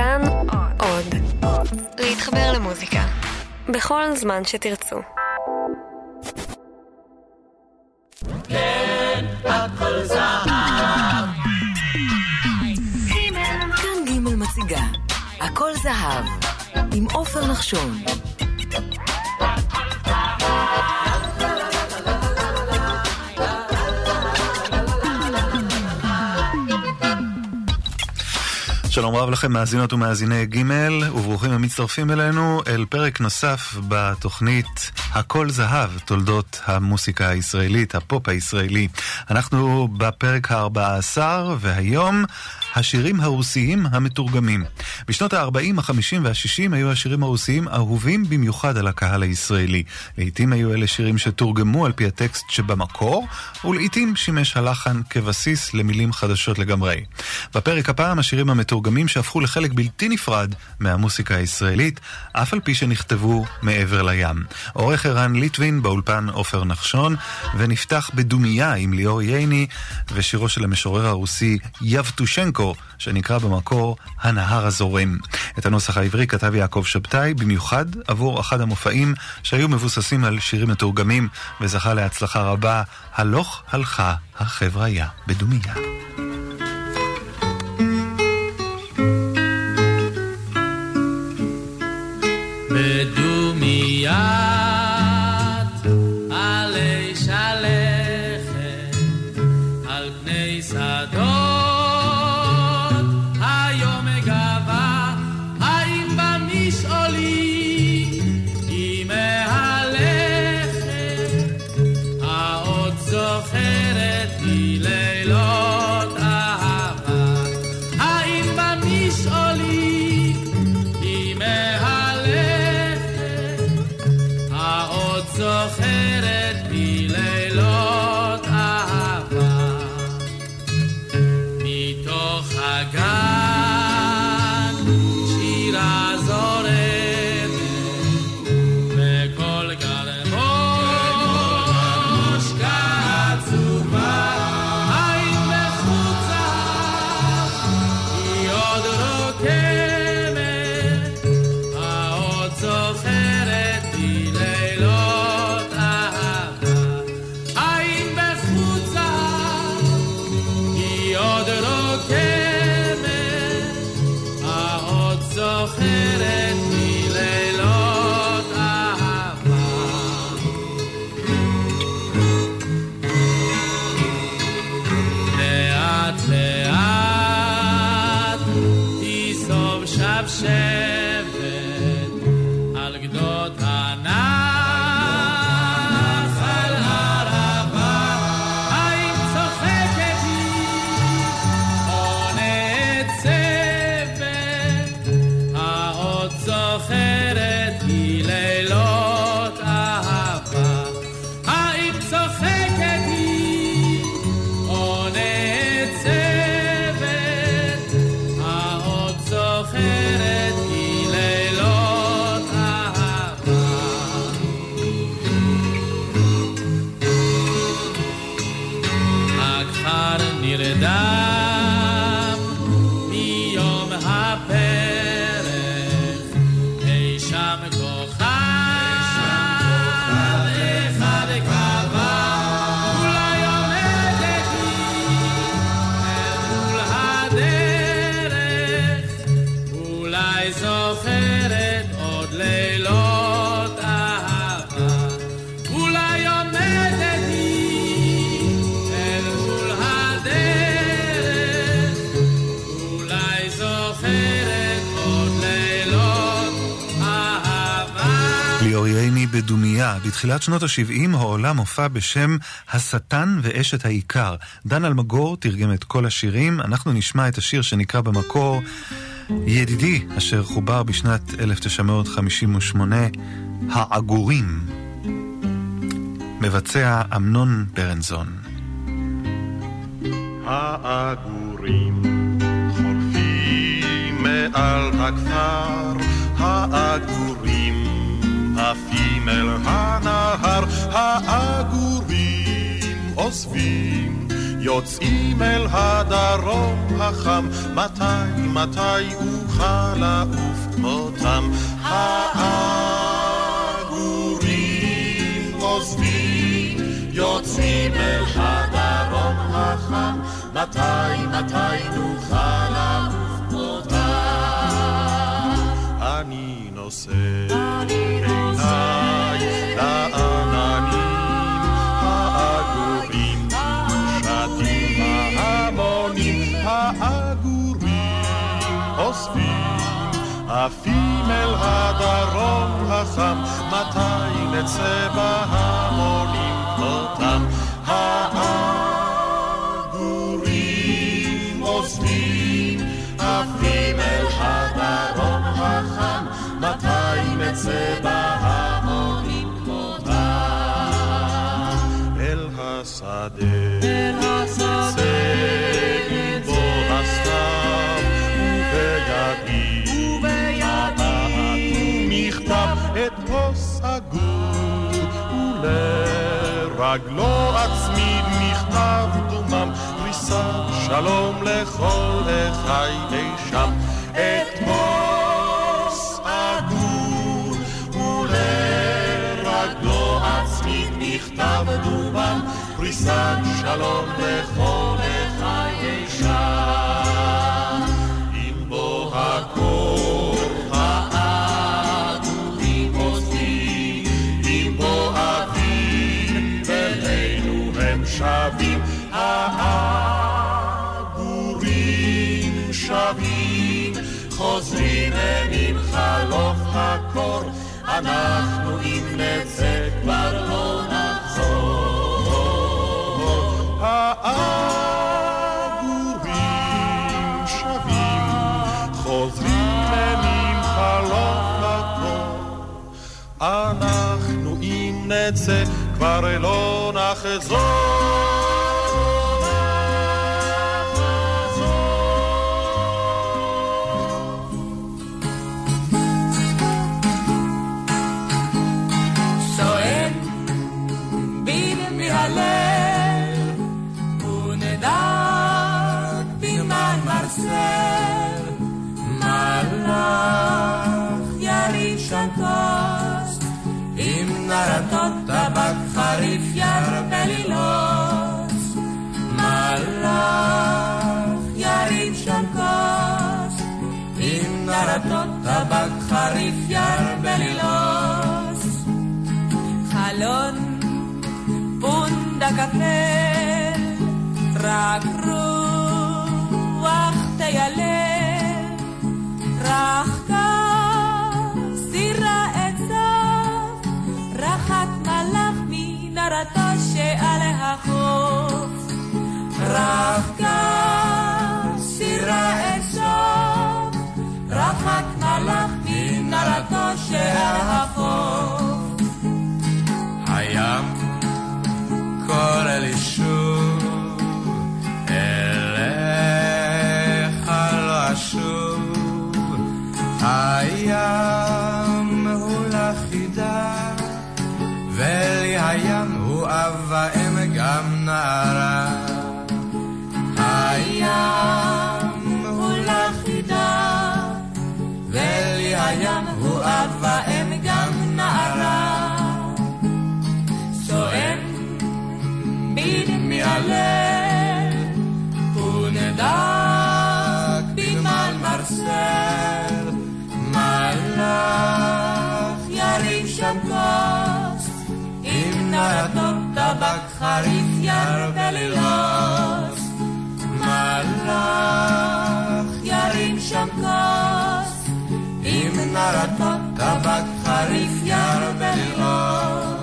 כאן עוד. להתחבר למוזיקה בכל זמן שתרצו. כן, הכל זהב. כאן גימל מציגה הכל זהב עם עופר נחשון. שלום רב לכם מאזינות ומאזיני גימל, וברוכים המצטרפים אלינו אל פרק נוסף בתוכנית הכל זהב, תולדות המוסיקה הישראלית, הפופ הישראלי. אנחנו בפרק ה-14, והיום השירים הרוסיים המתורגמים. בשנות ה-40, ה-50 וה-60 היו השירים הרוסיים אהובים במיוחד על הקהל הישראלי. לעתים היו אלה שירים שתורגמו על פי הטקסט שבמקור, ולעתים שימש הלחן כבסיס למילים חדשות לגמרי. בפרק הפעם השירים המתורגמים שהפכו לחלק בלתי נפרד מהמוסיקה הישראלית, אף על פי שנכתבו מעבר לים. עורך ערן ליטווין, באולפן עופר נחשון, ונפתח בדומיה עם ליאור ייני ושירו של המשורר הרוסי יבטושנקו, שנקרא במקור הנהר הזורם. את הנוסח העברי כתב יעקב שבתאי במיוחד עבור אחד המופעים שהיו מבוססים על שירים מתורגמים, וזכה להצלחה רבה. הלוך הלכה החבריה בדומיה. בדומיית עלי שלכת על פני שדות היום גבה האם במשעולים היא מהלכת העוד זוכרת היא לילות אהבה האם במשעולים היא זוכרת בלילות אהבה מתוך הגן שירה זורמת בכל גלמוש כעצובה עין מחוצה היא עוד רוקמת העוד זוכרת בלילות זוכרת מלילות אהבה לאט לאט תיסוב שבשבת על גדות הנחל הרבה האם צוחקת היא או נעצבת זוכרת היא לילות אהבה האם צוחקת היא או נעצבת העוד זוכרת היא לילות אהבה הכפר נרדם מיום הפרק שם כוכב אחד קבע אולי עומדת היא אל מול הדרך אולי זוכרת עוד לילות אהבה אולי עומדת היא אל מול הדרך אולי זוכרת עוד לילות ליאור ייני בדומיה. בתחילת שנות ה-70 העולם הופע בשם השטן ואשת העיקר. דן אלמגור תרגם את כל השירים. אנחנו נשמע את השיר שנקרא במקור ידידי, אשר חובר בשנת 1958, העגורים. מבצע אמנון ברנזון. העגורים חולפים מעל הכפר, העגורים עפים אל הנהר, העגורים אוספים יוצאים אל הדרום החם, מתי אוכל לעוף כמותם. העגורים עוזבים, יוצאים אל הדרום החם, מתי נוכל לעוף כמותם. אני נושא עיניי לעננים העגורים, שתים ההמונים העגורים אוספים, עפים אל הדרום החם, מתי נצא בהמונים כמותם. העגורים אוספים, עפים אל הדרום החם, מתי נצא בהמונים כמותם. אל השדה צא בו הסתיו, ובידי מבט ומכתב, את פוס סגור ולרגלו אצמיד מכתב דומם, פריסת שלום לכל אחי אי שם. את פוס סגור ולרגלו אצמיד מכתב דומם, פריסת שלום לכל אחי אי שם. אם בו הקור העגורים עוזבים, אם בו אביב אלינו הם שבים, העגורים שבים, חוזרים הם עם חלוף הקור, אנחנו אם נצא כבר לא נחזור. העגורים שבים, חוזרים הם עם חלוף הקור, אנחנו אם נצא כבר לא נחזור. נרתות טבק חריף ירבה לילוס, מלאך ירים שם כוס, עם נרתות טבק חריף ירבה לילוס. חלון פונדק אפל, רק רוח תיילל, רחקה סירה את סוף, רחת מלאך מנרתו שעל החוף, רחקה סירה את סוף, רחת מלאך מנרתו שעל החוף. הים קורא לי שוב, אליך לא אשוב, הים הוא לחידה, ולי הים הוא אב ואם גם נערה. הים הוא לחידה, ולי הים הוא אב ואם גם נערה. סועם בדמי הלב, ונדק במעל מרסל, מלאך ירים שם כוס, עם נרתות טבק חריף ירבה לילוס, מלאך ירים שם כוס, עם נרתות טבק חריף ירבה לילוס.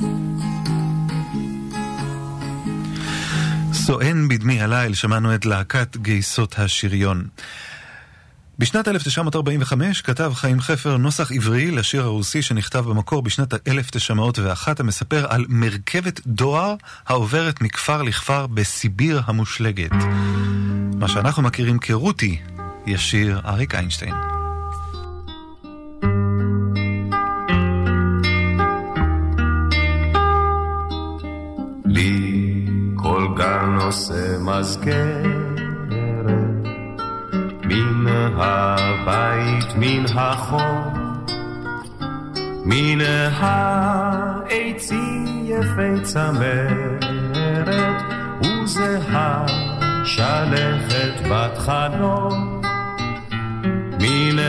סוען בדמי הליל, שמענו את להקת גייסות השריון. בשנת 1945 כתב חיים חפר נוסח עברי לשיר הרוסי שנכתב במקור בשנת 1901, המספר על מרכבת דואר העוברת מכפר לכפר בסיביר המושלגת. מה שאנחנו מכירים כרותי, ישיר אריק איינשטיין. לי כל גן נושא מזכרת מן הבית מן החור מן העצים יפי צמרת וזהה שלכת בת חלום מן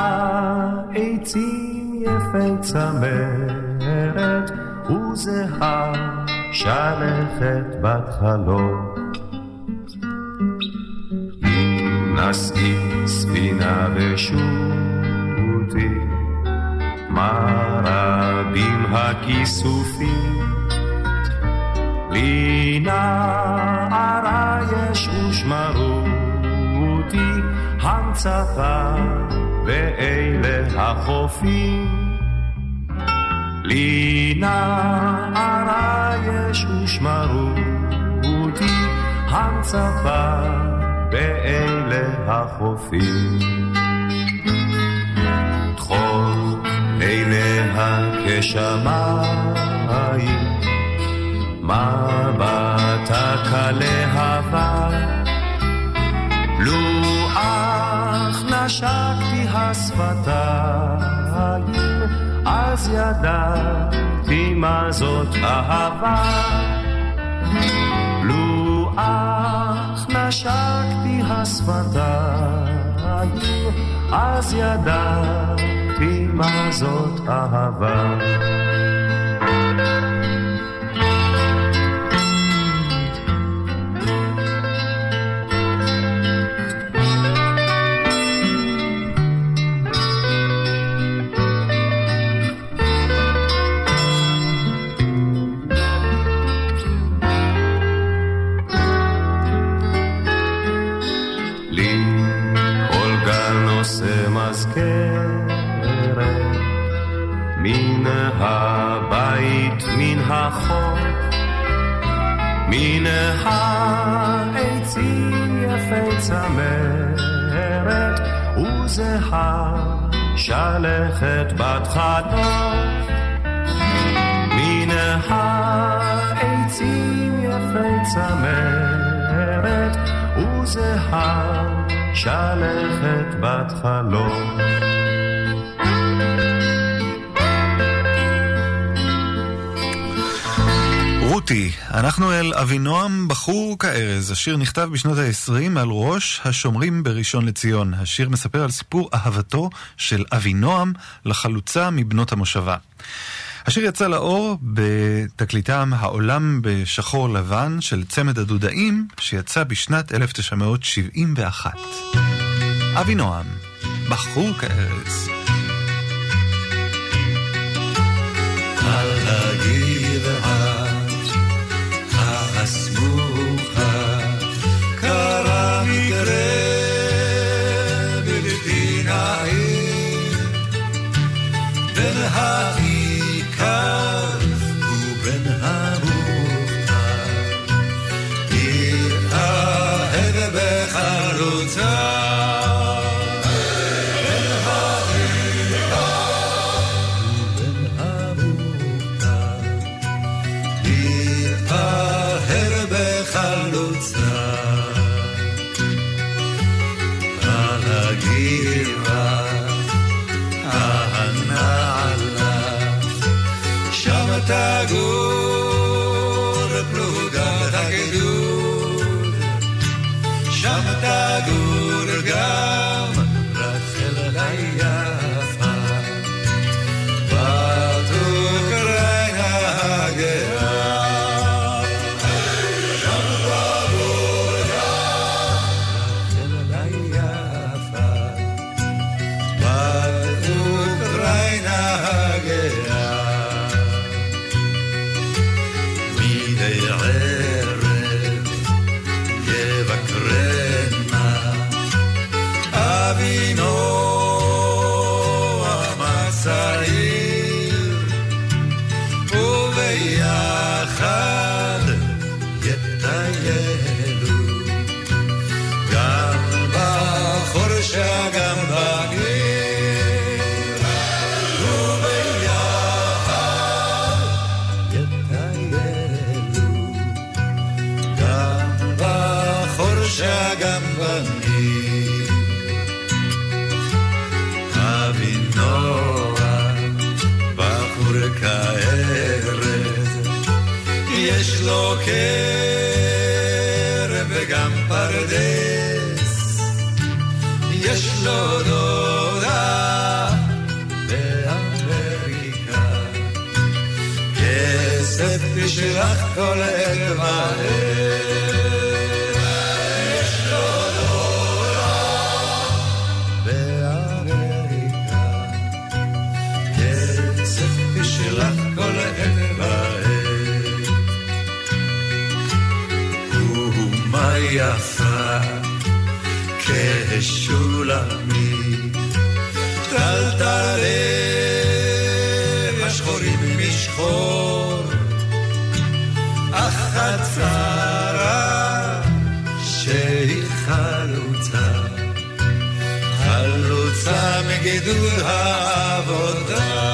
העצים יפי צמרת וזהה שלכת בת חלום נסעי ספינה ושוטי מה רבים הכיסופים לי נערה יש ושמרו אותי המצפה ואלה החופים לי נערה יש ושמרו אותי המצפה ואלה החופים דחור עיניה כשמיים מבטה כלהבה לו אך נשקתי השפתיים אז ידעתי מה זאת אהבה לו אך נשקתי השפתיים אז ידעתי מה זאת אהבה מן הבית מן החור מן העצים יפי צמרת וזהה שלכת בת חלום מן העצים יפי צמרת וזהה שלכת בת חלום רותי, אנחנו אל אבינועם בחור כארז. השיר נכתב בשנות ה-20 על ראש השומרים בראשון לציון. השיר מספר על סיפור אהבתו של אבינועם לחלוצה מבנות המושבה. השיר יצא לאור בתקליטם העולם בשחור לבן של צמד הדודאים שיצא בשנת 1971. אבינועם, בחור כארז. על הגבעה הסמוכה קרה מקרה בלתי נעים בין העיקר ובין המוכתר התאהב בחלוצה תגור פלוגת הגדוד, שם תגור גם רחל היפה, בת אוקראינה הגאה. שם תגור גם רחל היפה, בת אוקראינה הגאה. ערב יבקרנה אבינועם הצעיר וביחד יטיילו גם בחורשה גם בניר וביחד יטיילו לו כרם וגם פרדס, יש לו דודה באמריקה, כסף תשלח כל עת מהר. יש לו דודה באמריקה, כסף תשלח כל עת מהר. ומה יפה כשולמית, טלטלי השחורים משחור, אך הצרה שהיא חלוצה, חלוצה מגדוד העבודה.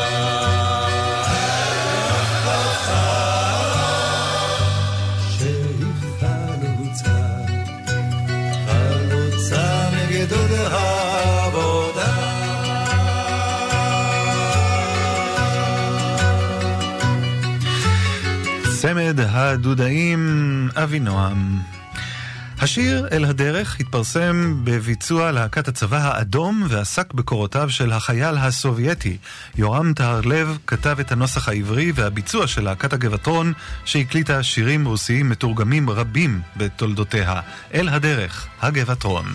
צמד הדודאים אבינועם. השיר אל הדרך התפרסם בביצוע להקת הצבא האדום ועסק בקורותיו של החייל הסובייטי. יורם טהרלב כתב את הנוסח העברי, והביצוע של להקת הגבעתרון שהקליטה שירים רוסיים מתורגמים רבים בתולדותיה. אל הדרך, הגבעתרון.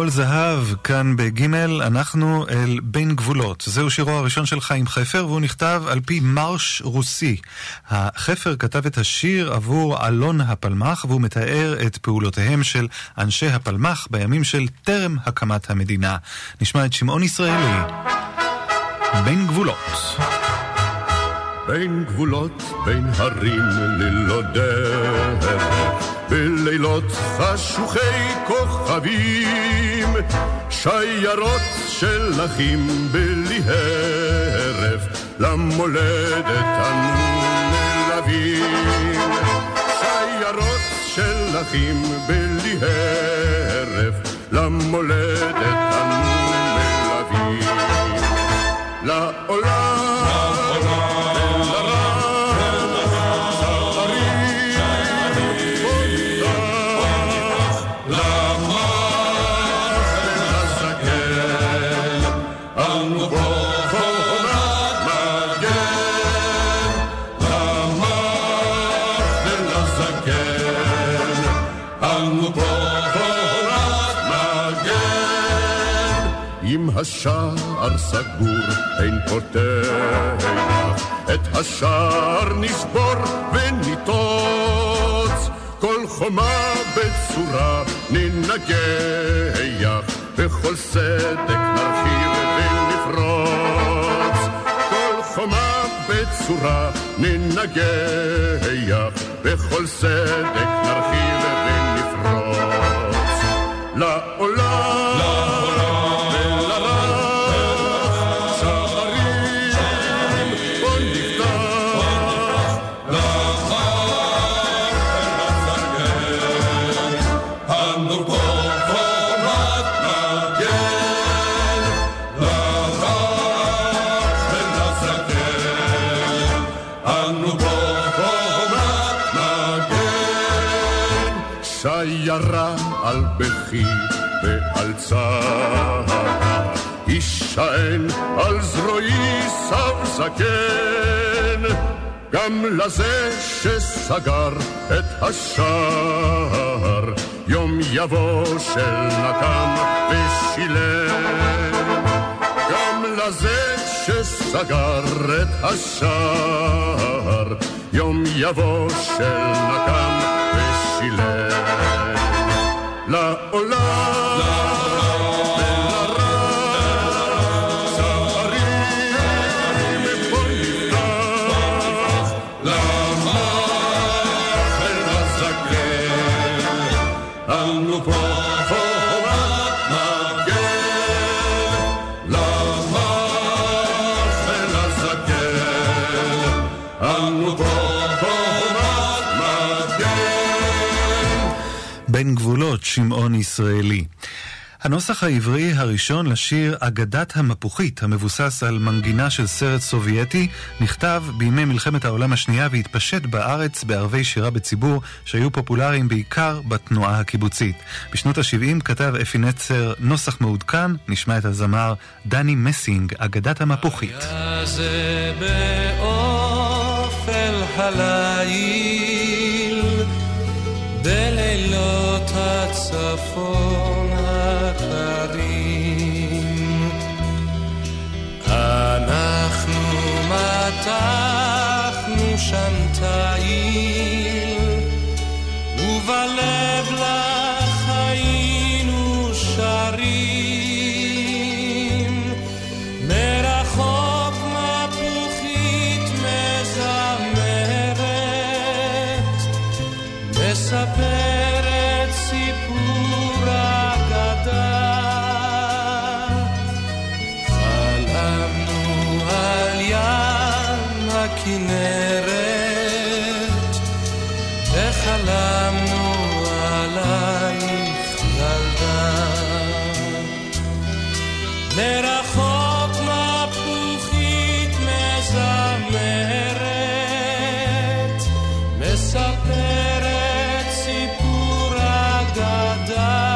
הכל זהב, כאן בגימל, אנחנו אל בין גבולות. זהו שירו הראשון של חיים חפר, והוא נכתב על פי מרש רוסי. החפר כתב את השיר עבור אלון הפלמח, והוא מתאר את פעולותיהם של אנשי הפלמח בימים של טרם הקמת המדינה. נשמע את שמעון ישראלי, בין גבולות. בין גבולות, בין הרים ללא דרך, בלילות חשוכי כוכבים, שיירות של אחים בלי הרף, למולדת אנו נלווים. שיירות של אחים בלי הרף, למולדת אנו מלווים. לעולם השער סגור אין פותח, את השער נשבור וניטוץ, כל חומה בצורה ננגח, בכל סדק נרחיב ונפרוץ. כל חומה בצורה ננגח, בכל סדק נרחיב ונפרוץ. לעולם שיירה על בכי ועל צהרה, ישען על זרועי סב זקן, גם לזה שסגר את השער, יום יבוא של נקם ושילם. גם לזה שסגר את השער, יום יבוא של נקם ושילם. לעולם ולרע שערים בוא נפתח, למח ולזקן אנו פה חומת מגן. למח ולזקן אנו פה בין גבולות, שמעון ישראלי. הנוסח העברי הראשון לשיר אגדת המפוחית, המבוסס על מנגינה של סרט סובייטי, נכתב בימי מלחמת העולם השנייה והתפשט בארץ בערבי שירה בציבור שהיו פופולריים בעיקר בתנועה הקיבוצית. בשנות ה-70 כתב אפי נצר נוסח מעודכן, נשמע את הזמר דני מסינג, אגדת המפוחית. היה זה באופל הליל, בלילות הצפון הקרים, אנחנו מתחנו שם תאיל, ובלב לך היינו שרים. מרחוק מפוחית מזמרת, מספרת סיפור אגדה. חלמנו על ים הכנרת, וחלמנו עלייך ילדה. מרחוק מפוחית מזמרת, מספרת סיפור אגדה.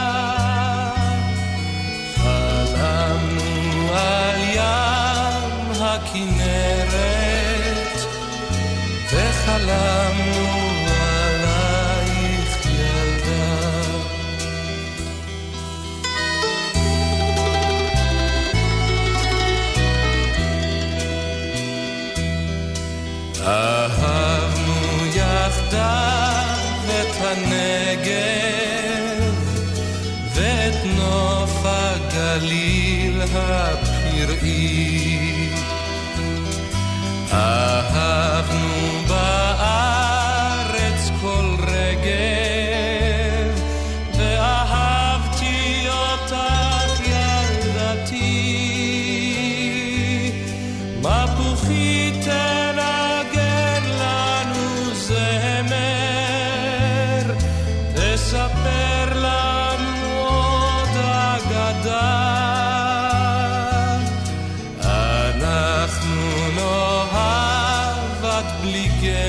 חלמנו על ים הכנרת, וחלמנו עלייך ילדה. תראי, אהבנו בארץ כל רגב, ואהבתי אותך ילדתי, מפוחי תנגן לנו זמר, תספר לנו עוד אגדה, אנחנו נאהב עד בלי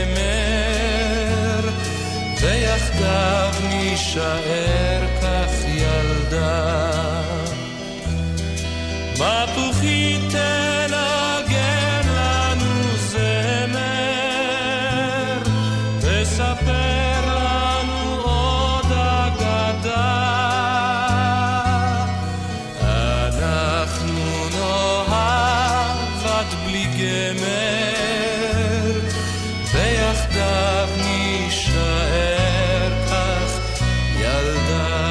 גמר, ויחדיו נשאר כך ילדה. מפוחי תנגן לנו זמר, תספר לנו עוד אגדה, אנחנו נאהב עד בלי גמר, ויחדיו נשאר כך ילדה.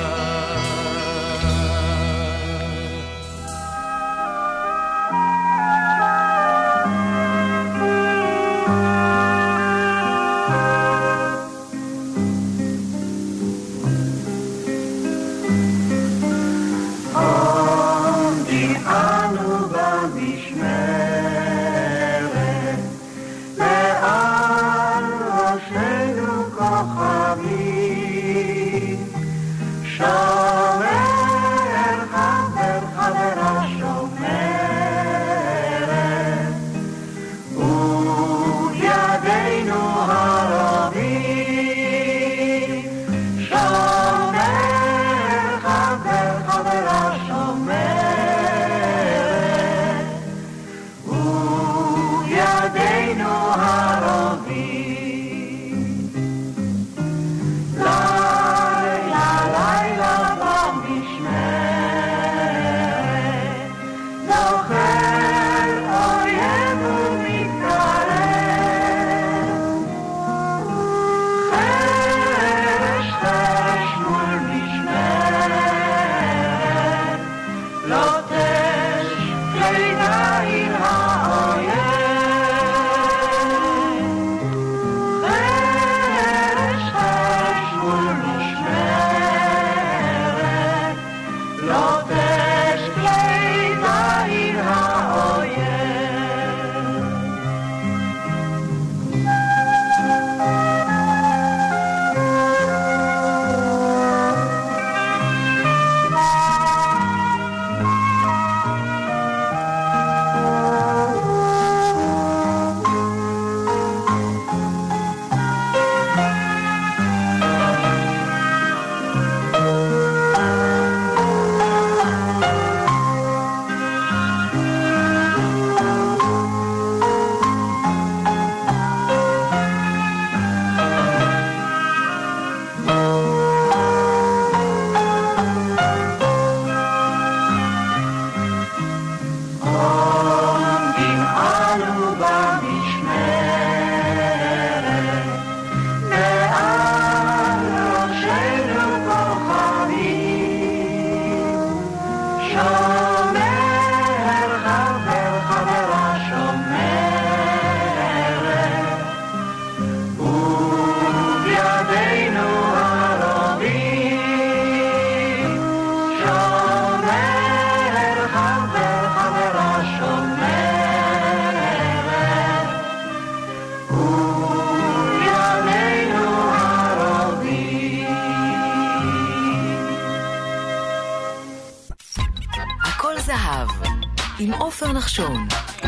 עם עופר נחשון.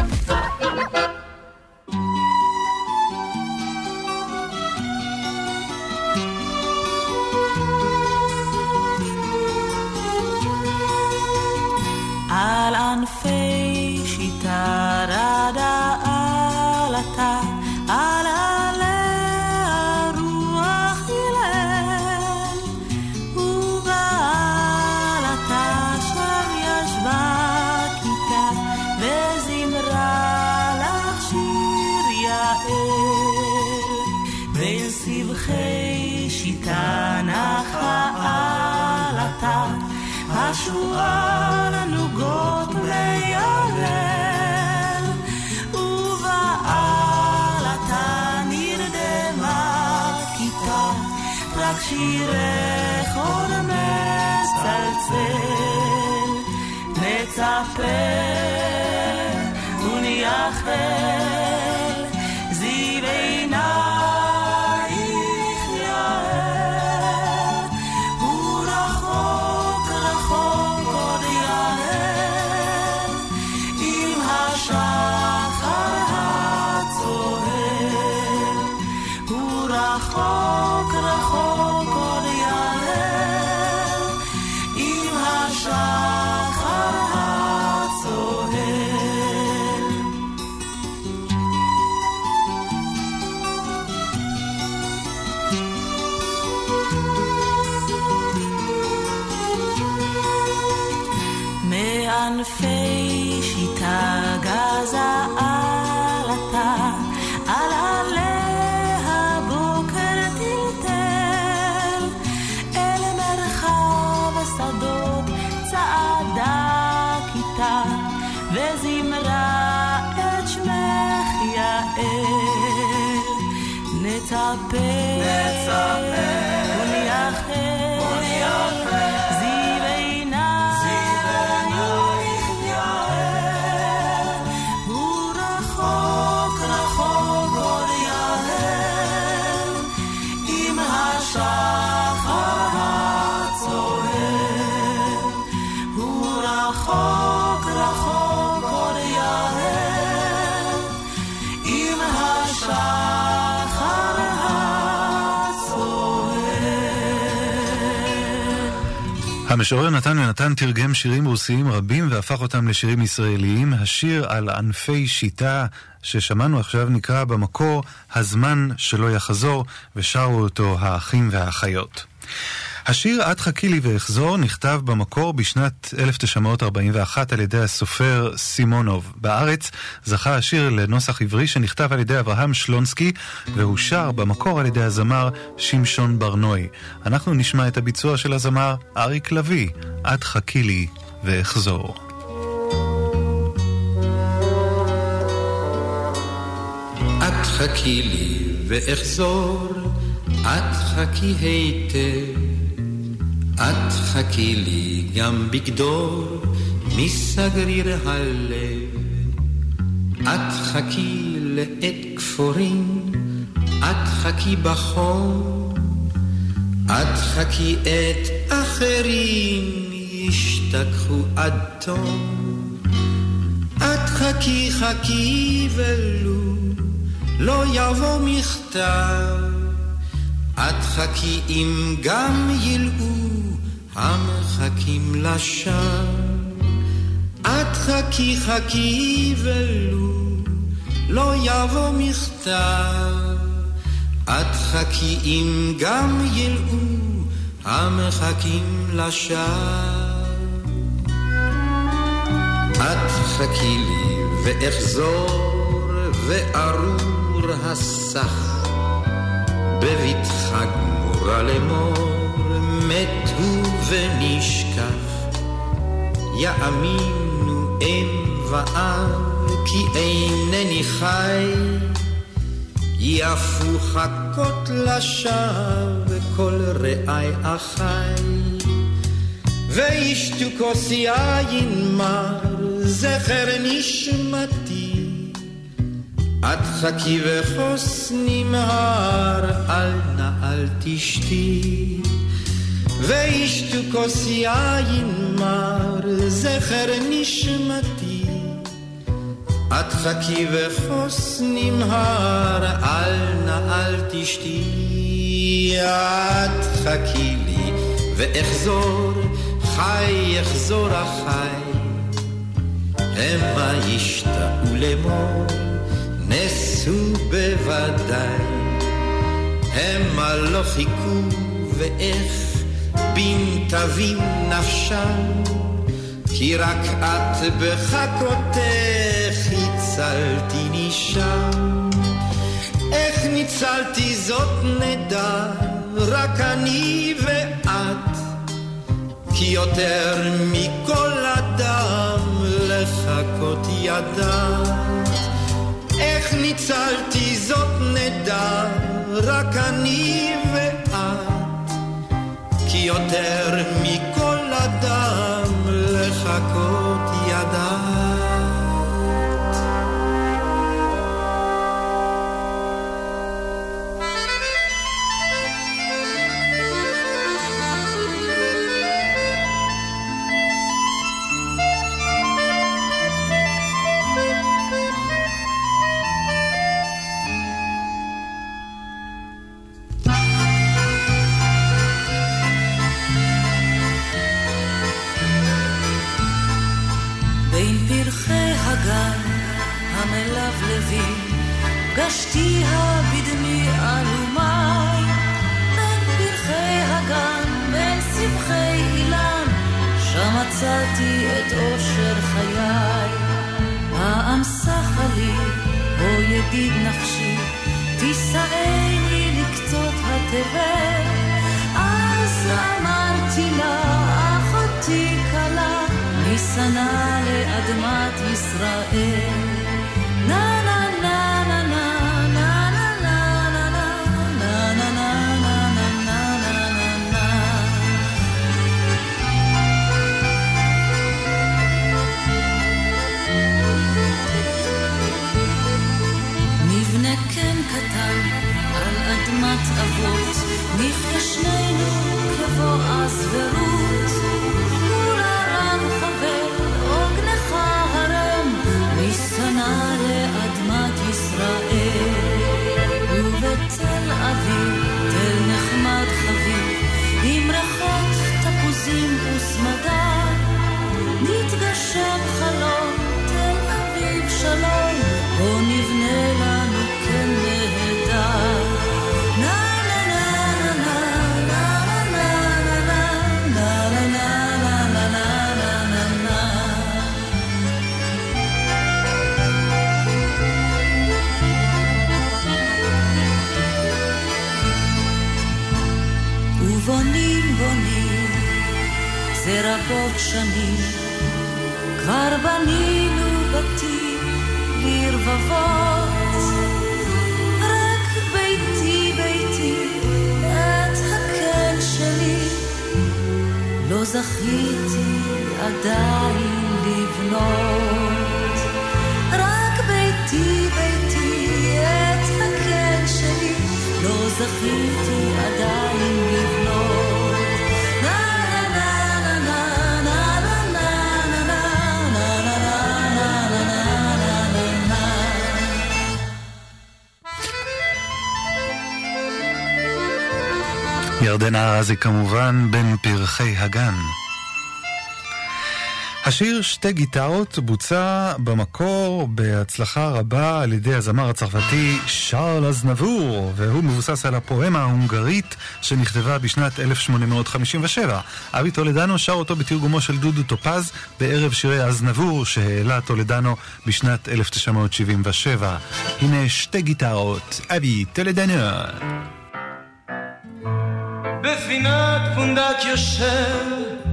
על ענפי שיטה רדה עלתה, על עליה רוח הלל, ובעלתה שם ישבה כיתה, וזמרה לך שיר יעל. בין סבכי שיטה נחה עלתה, השורה נוגות ליד, שירך אור מצלצל, נצפה ונייחל, זיו עינייך יעל, הוא רחוק רחוק עוד יעל, עם השחר הצוהר, הוא רחוק רחוק עוד יעל, עם השחר הצוהר. מענפי שיטה גזה עלתה, על עליה בוקר טלטל, אל מרחב השדות צעדה כיתה, וזמרה את שמך יעל. נצפה ונייחל, זיו עינייך יעל, הוא רחוק רחוק עוד יעל, עם השחר הצוהר, הוא רחוק רחוק עוד יעל, עם השחר המשורר נתן יונתן תרגם שירים רוסיים רבים והפך אותם לשירים ישראליים. השיר על ענפי שיטה ששמענו עכשיו נקרא במקור הזמן שלא יחזור, ושרו אותו האחים והאחיות. השיר "את חכי לי ואחזור" נכתב במקור בשנת 1941 על ידי הסופר סימונוב. בארץ זכה השיר לנוסח עברי שנכתב על ידי אברהם שלונסקי, והוא שר במקור על ידי הזמר שמשון ברנוי. אנחנו נשמע את הביצוע של הזמר אריק לוי, "את חכי לי ואחזור". את חכי לי ואחזור, את חכי היטב, את חכי לי גם בגדור מסגריר הלב, את חכי לעת כפורים, את חכי בחום, את חכי את אחרים ישתכחו עד תום, את חכי חכי ולו לא יבוא מכתב, את חכי אם גם ילאו המחכים לשם, את חכי חכי ולו לא יבוא מכתב, את חכי אם גם ילאו המחכים לשם, את חכי לי ואחזור וארור הסך, בבטחה גמורה לאמור מת הוא ונשכח, יאמינו אם ואב כי אינני חי, יפו חכות לשווא כל רעי אחי, וישתו כוס יין מר זכר נשמתי, את חכי וחוס נמהר אל נא אל תשתי, וישתו כוס יין מר זכר נשמתי, את חכי וחוס נמהר אל נא אל תשתי, את חכי לי ואחזור חי יחזור החי, המה ישתאו לאמור נסו בוודאי, המה לא חיכו ואיך בין תבין נפשם, כי רק את בחכותך הצלתי נשם, איך ניצלתי זאת נדע רק אני ואת, כי יותר מכל אדם לחכות ידעת, איך ניצלתי זאת נדע רק אני ואת, יותר מכל אדם לחכות ידעת. המלבלבים גשתיה בדמי אלומי בין פרחי הגן בין סבכי אילן שם מצאתי את אושר חיי פעם שחה לי או ידיד נפשי תישאני לקצות התבל אז אמרתי לה אחותי קלה ניסנה לאדמת ישראל na na na na na na na na na na na na נבנה כן קטן על אדמת אבות נחיה שנינו כבועז ורות ורם חבר עוגנך הרם ניסנה לאדמת ישראל ובתל אביב תל נחמד חביב עם ריחות תפוזים וסמדר נתגשם חלום תל אביב שלום בוא נבנה לנו כן נהדר ובונים בונים זה רבות שנים כבר בנינו בתים לרבבות רק ביתי ביתי את הקן שלי לא זכיתי עדיין לבנות רק ביתי ביתי את הקן שלי לא זכיתי עדיין לבנות ירדנה ארזי כמובן בין פרחי הגן. השיר שתי גיטרות בוצע במקור בהצלחה רבה על ידי הזמר הצרפתי שרל אזנבור, והוא מבוסס על הפואמה ההונגרית שנכתבה בשנת 1857. אבי טולדנו שר אותו בתרגומו של דודו טופז בערב שירי אזנבור שהעלה טולדנו בשנת 1977. הנה שתי גיטרות, אבי טולדנו. בפינת פונדק יושב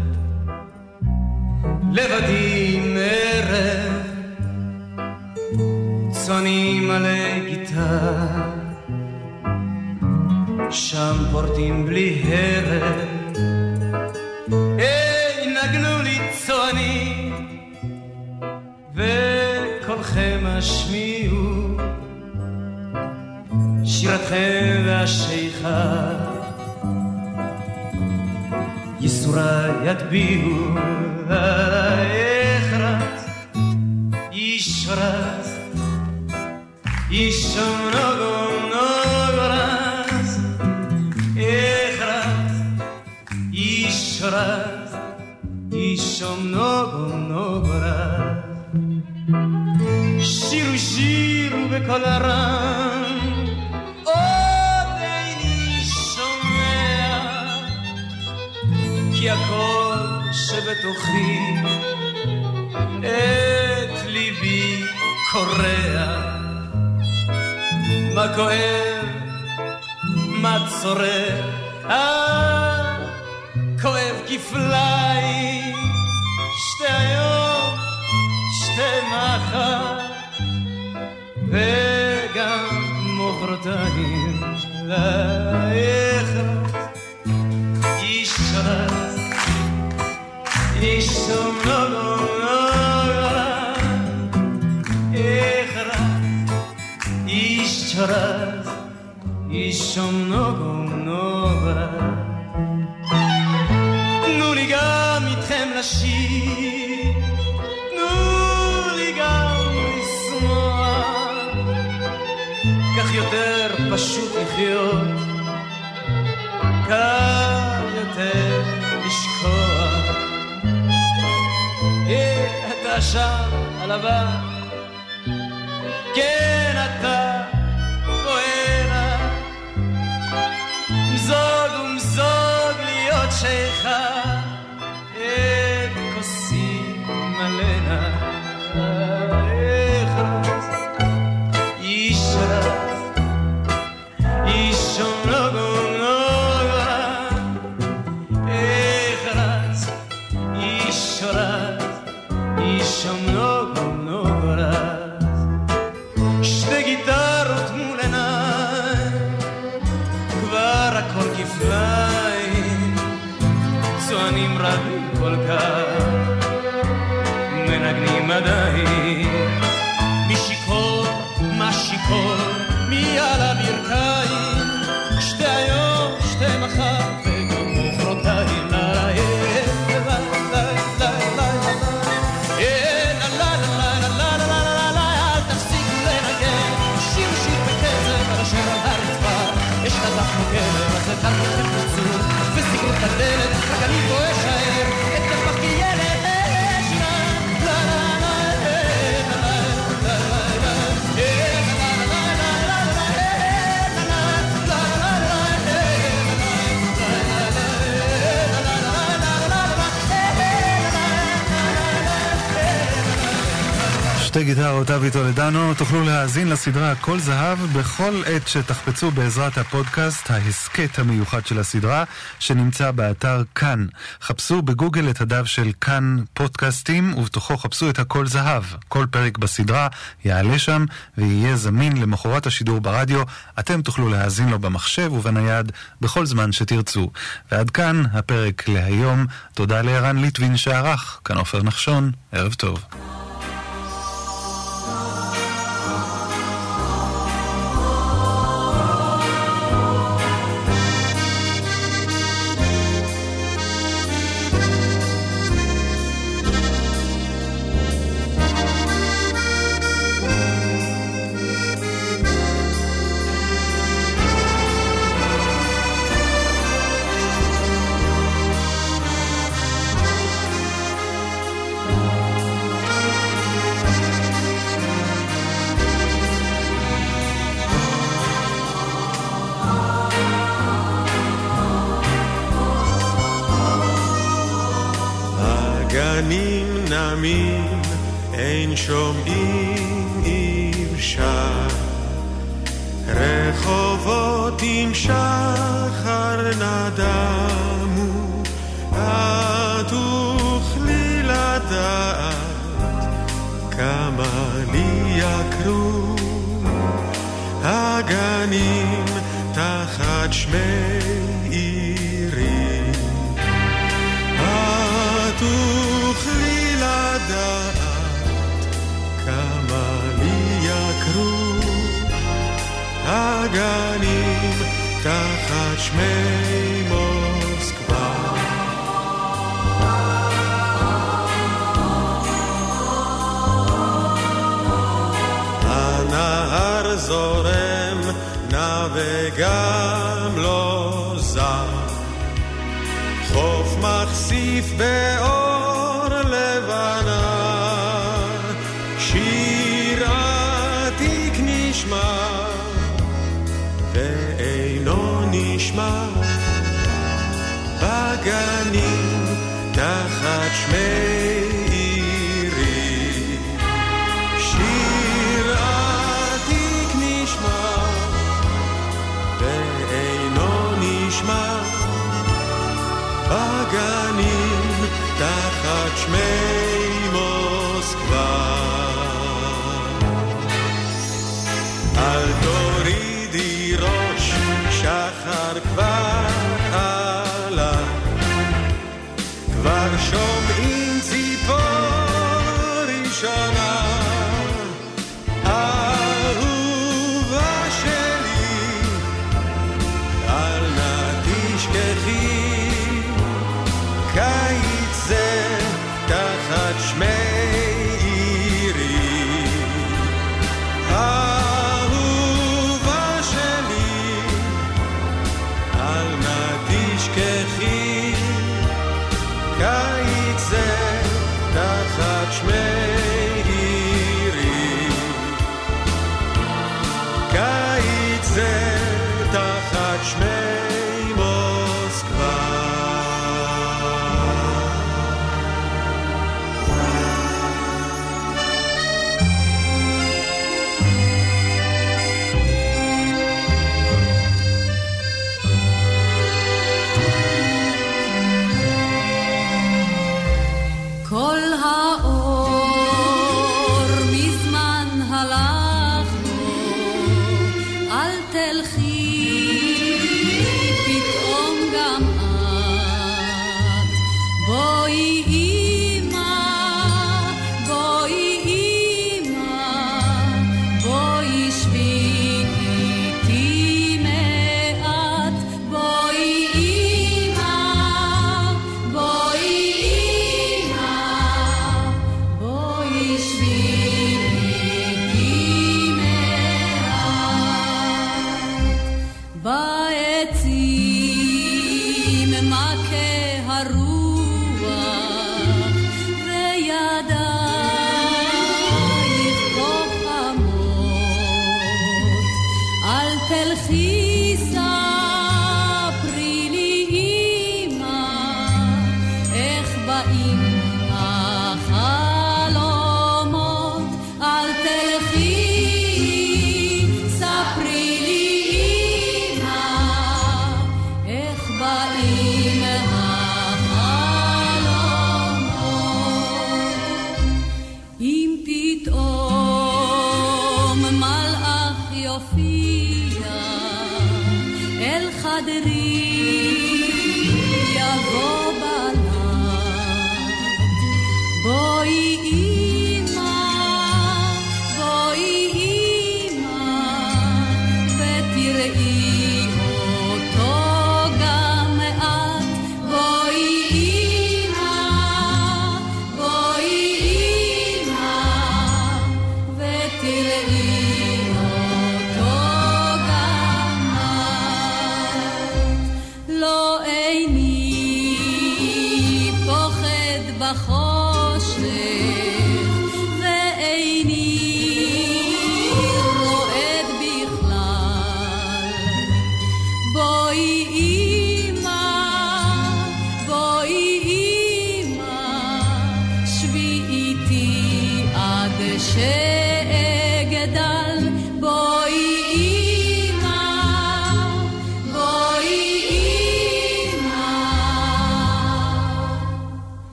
לבדי מערב צונים עלי גיטר שם פורטים בלי הרב נגנו לי צועני וקולכם השמיעו שירתכם והשיכה יסורה ידביעו הכרת ישרת ישום נוגו נוגרס הכרת ישרת ישום נוגו נוגרס שירו שירו בכל הרם עוד איני שומע כי הכל שבתוכי את ליבי קורע מה כואב מה צורר כואב כפליים שתי היום שתי מחר וגם מוחרתיים לאחרת ישרת תנו לי גם איתכם לשיר, תנו לי גם לשמוע, כך יותר פשוט לחיות, קל יותר לשכוח. אתה שם על הבא, כן אתה בואנה, מזוג ומזוג להיות שייכה, את כוסי מלנה איכרס אישרס אישום נוגום נוגה איכרס אישרס אישום נוגום נוגרס. שתי גיטרות מול עיניי, כבר הכל כפליים, צוענים רבים כל כך, מנגנים עדיין. מי שיכור, מה שיכור, מי על הברכיים, שתי היום, שתי מחר, וגם מחרתיים. השתדחנו כלב, אז התחלנו חפצות וסגרו את הדלת, רק אני פה אשאר את כפך כילד אשנה. לה לה לה שתי גיטרות אבי טולדנו. תוכלו להאזין לסדרה הכל זהב בכל עת שתחפצו בעזרת הפודקאסט, ההסקט המיוחד של הסדרה שנמצא באתר כאן. חפשו בגוגל את הדף של כאן פודקאסטים ובתוכו חפשו את הכל זהב. כל פרק בסדרה יעלה שם ויהיה זמין למחרת השידור ברדיו. אתם תוכלו להאזין לו במחשב ובנייד בכל זמן שתרצו. ועד כאן הפרק להיום. תודה לערן ליטווין שערך. כאן עופר נחשון. ערב טוב. גנים נמים אין שומעים אישה, רחובות עם שחר נדמו, את תוכלי לדעת כמה לי יקרו הגנים תחת שמי עירי. תוכלי לדעת כמה לי יקרו הגנים תחת שמי מוסקבה. הנהר זורם נע וגם לא זר, חוף מחשיף באור לבנה, שיר עתיק נשמע ואינו נשמע בגנים תחת שמי עירי. שיר עתיק נשמע ואינו נשמע בגנים תחת שמי מוסקבה. אל תורידי ראש, שחר כבר עלה, כבר שומעים הלכנו, אל תלכי, פתאום גם את. בואי אמא, בואי אמא, בואי שבי איתי מעט. בואי אמא, בואי אמא, בואי שבי איתי מעט. בעצים מכה הרוח וידייך חמות. אל תלכי, ספרי לי אמא, איך באים החלומות. אל תלכי, ספרי לי אמא, איך באים החלומות. אם פתאום מלאך יופיע אל חדרי, יבוא בלט. בואי אמא, בואי אמא, ותראי אותו גם את. בואי אמא, בואי אמא, ותראי